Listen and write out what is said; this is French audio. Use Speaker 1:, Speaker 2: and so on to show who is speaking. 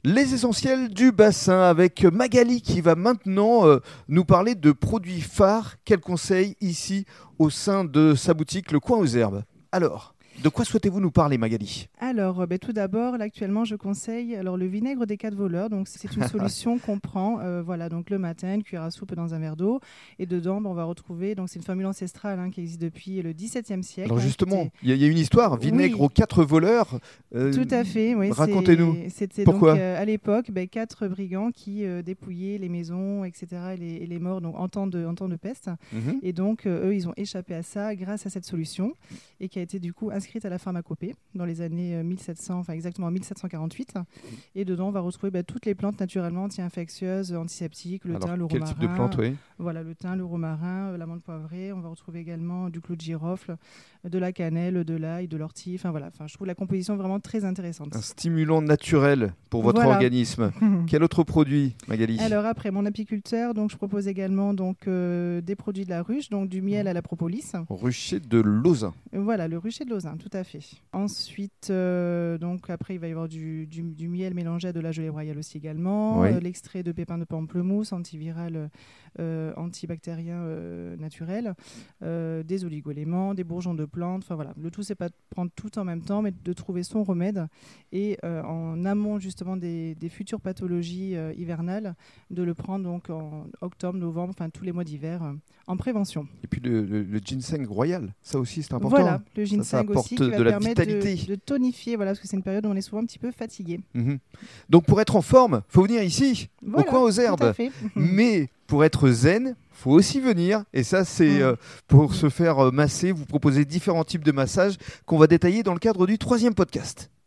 Speaker 1: Les essentiels du bassin avec Magali qui va maintenant nous parler de produits phares qu'elle conseille ici au sein de sa boutique Le Coin aux Herbes. Alors, de quoi souhaitez-vous nous parler, Magali ?
Speaker 2: Alors, tout d'abord, là, actuellement, je conseille le vinaigre des 4 voleurs. Donc, c'est une solution qu'on prend donc le matin, une cuillère à soupe dans un verre d'eau. Et dedans, on va retrouver, donc c'est une formule ancestrale qui existe depuis le XVIIe siècle.
Speaker 1: Alors justement, il y a une histoire, vinaigre aux 4 voleurs.
Speaker 2: Tout à fait, oui.
Speaker 1: Racontez-nous.
Speaker 2: C'était
Speaker 1: pourquoi
Speaker 2: donc, à l'époque 4 brigands qui dépouillaient les maisons, etc., et les morts donc, en temps de peste.
Speaker 1: Mhm.
Speaker 2: Et donc, eux, ils ont échappé à ça grâce à cette solution et qui a été du coup inscrite à la pharmacopée dans les années 1700, enfin exactement 1748. Et dedans, on va retrouver toutes les plantes naturellement anti-infectieuses, antiseptiques, le thym, le romarin.
Speaker 1: Quel type de plante, oui ?
Speaker 2: Voilà, le thym, le romarin, l'amande poivrée. On va retrouver également du clou de girofle, de la cannelle, de l'ail, de l'ortie. Enfin voilà, je trouve la composition vraiment très intéressante.
Speaker 1: Un stimulant naturel pour votre organisme. Quel autre produit, Magali ?
Speaker 2: Alors après, mon apiculteur, donc je propose également des produits de la ruche, donc du miel à la propolis.
Speaker 1: Rucher de Lauzun.
Speaker 2: Voilà, le rucher de Lauzun, tout à fait. Ensuite, donc après, il va y avoir du miel mélangé à de la gelée royale aussi également.
Speaker 1: Oui.
Speaker 2: L'extrait de pépins de pamplemousse, antiviral, antibactérien naturel. Des oligoéléments, des bourgeons de plantes. Enfin voilà, le tout, c'est pas de prendre tout en même temps, mais de trouver son remède. Et en amont justement des futures pathologies hivernales, de le prendre donc en octobre, novembre, enfin tous les mois d'hiver, en prévention.
Speaker 1: Et puis le ginseng royal, ça aussi c'est important.
Speaker 2: Voilà, le ginseng
Speaker 1: ça apporte
Speaker 2: aussi qui va
Speaker 1: de la
Speaker 2: permettre
Speaker 1: vitalité.
Speaker 2: de tonifier, parce que c'est une période où on est souvent un petit peu fatigué.
Speaker 1: Mhm. Donc pour être en forme, faut venir ici,
Speaker 2: Voilà,
Speaker 1: au Coin aux
Speaker 2: tout à
Speaker 1: Herbes.
Speaker 2: fait.
Speaker 1: Mais pour être zen, faut aussi venir. Et ça, c'est pour se faire masser. Vous proposez différents types de massages qu'on va détailler dans le cadre du 3e podcast.